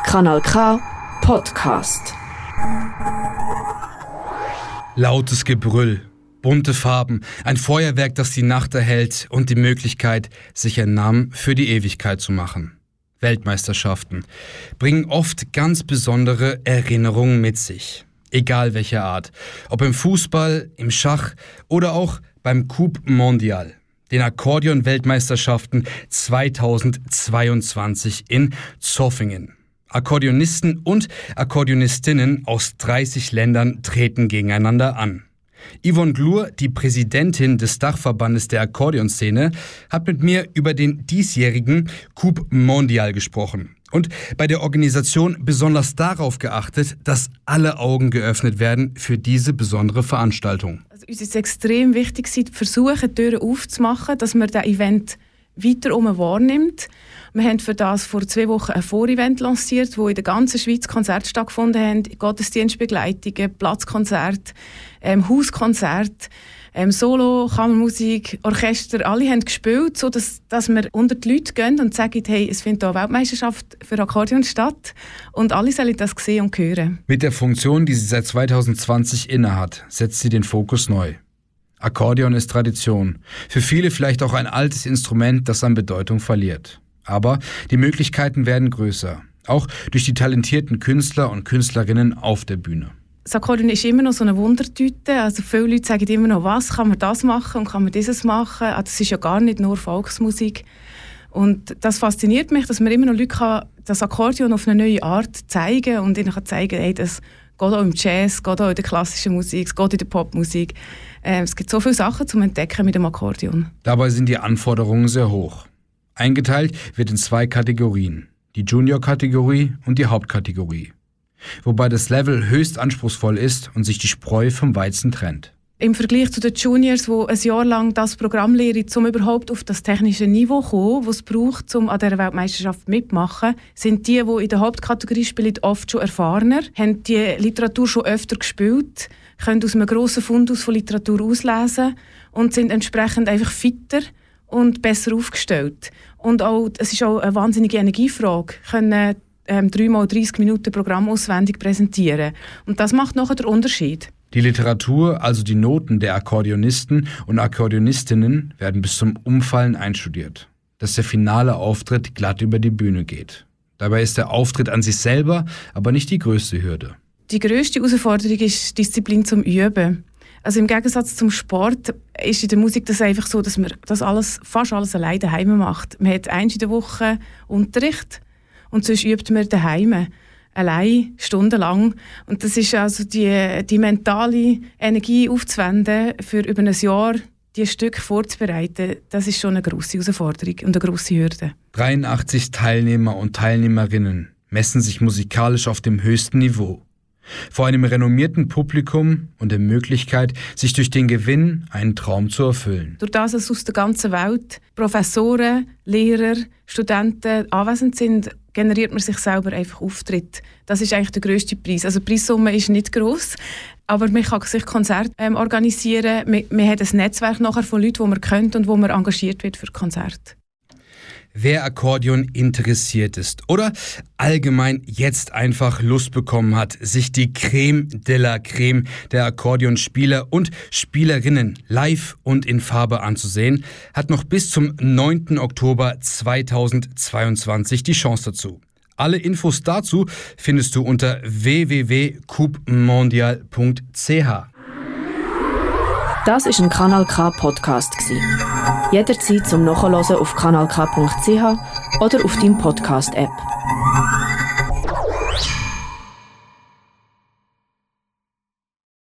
Kanal K Podcast. Lautes Gebrüll, bunte Farben, ein Feuerwerk, das die Nacht erhellt und die Möglichkeit, sich einen Namen für die Ewigkeit zu machen. Weltmeisterschaften bringen oft ganz besondere Erinnerungen mit sich. Egal welcher Art. Ob im Fußball, im Schach oder auch beim Coupe Mondial. Den Akkordeon-Weltmeisterschaften 2022 in Zofingen. Akkordeonisten und Akkordeonistinnen aus 30 Ländern treten gegeneinander an. Yvonne Glur, die Präsidentin des Dachverbandes der Akkordeonszene, hat mit mir über den diesjährigen Coupe Mondial gesprochen und bei der Organisation besonders darauf geachtet, dass alle Augen geöffnet werden für diese besondere Veranstaltung. Also uns ist extrem wichtig, zu versuchen, die Türen aufzumachen, dass man das Event weiter wahrnimmt. Wir haben für das vor 2 Wochen ein Vorevent lanciert, wo in der ganzen Schweiz Konzerte stattgefunden haben, Gottesdienstbegleitungen, Platzkonzerte, Hauskonzerte, Solo, Kammermusik, Orchester, alle haben gespielt, sodass wir unter die Leute gehen und sagen, hey, es findet hier eine Weltmeisterschaft für Akkordeon statt und alle sollen das sehen und hören. Mit der Funktion, die sie seit 2020 innehat, setzt sie den Fokus neu. Akkordeon ist Tradition. Für viele vielleicht auch ein altes Instrument, das an Bedeutung verliert. Aber die Möglichkeiten werden größer. Auch durch die talentierten Künstler und Künstlerinnen auf der Bühne. Das Akkordeon ist immer noch so eine Wundertüte. Also viele Leute sagen immer noch, was kann man das machen und kann man dieses machen. Also das ist ja gar nicht nur Volksmusik. Und das fasziniert mich, dass man immer noch Leute das Akkordeon auf eine neue Art zeigen und ihnen zeigen, hey, das geht auch im Jazz, geht auch in der klassischen Musik, es geht in der Popmusik. Es gibt so viele Sachen zum Entdecken mit dem Akkordeon. Dabei sind die Anforderungen sehr hoch. Eingeteilt wird in 2 Kategorien, die Junior-Kategorie und die Hauptkategorie. Wobei das Level höchst anspruchsvoll ist und sich die Spreu vom Weizen trennt. Im Vergleich zu den Juniors, die ein Jahr lang das Programm lehren, um überhaupt auf das technische Niveau zu kommen, das es braucht, um an dieser Weltmeisterschaft mitzumachen, sind die in der Hauptkategorie spielen, oft schon erfahrener, haben die Literatur schon öfter gespielt, können aus einem grossen Fundus von Literatur auslesen und sind entsprechend einfach fitter und besser aufgestellt. Und auch, es ist auch eine wahnsinnige Energiefrage, können 3x30 Minuten Programm auswendig präsentieren. Und das macht nachher den Unterschied. Die Literatur, also die Noten der Akkordeonisten und Akkordeonistinnen, werden bis zum Umfallen einstudiert, dass der finale Auftritt glatt über die Bühne geht. Dabei ist der Auftritt an sich selber aber nicht die größte Hürde. Die grösste Herausforderung ist Disziplin zum Üben. Also im Gegensatz zum Sport ist in der Musik das einfach so, dass man das fast alles alleine daheim macht. Man hat einmal in der Woche Unterricht und sonst übt man daheim. Allein, stundenlang. Und das ist also die mentale Energie aufzuwenden, für über ein Jahr die Stücke vorzubereiten, das ist schon eine grosse Herausforderung und eine grosse Hürde. 83 Teilnehmer und Teilnehmerinnen messen sich musikalisch auf dem höchsten Niveau. Vor einem renommierten Publikum und der Möglichkeit, sich durch den Gewinn einen Traum zu erfüllen. Durch das, dass aus der ganzen Welt Professoren, Lehrer, Studenten anwesend sind, generiert man sich selber einfach Auftritt. Das ist eigentlich der grösste Preis. Also die Preissumme ist nicht gross, aber man kann sich Konzerte organisieren. Man hat ein Netzwerk nachher von Leuten, die man kennt und wo man engagiert wird für Konzerte. Wer Akkordeon interessiert ist oder allgemein jetzt einfach Lust bekommen hat, sich die Creme de la Creme der Akkordeonspieler und Spielerinnen live und in Farbe anzusehen, hat noch bis zum 9. Oktober 2022 die Chance dazu. Alle Infos dazu findest du unter www.coupemondial.ch. Das war ein Kanal K Podcast. Jederzeit zum Nachhören auf kanalk.ch oder auf deinem Podcast-App.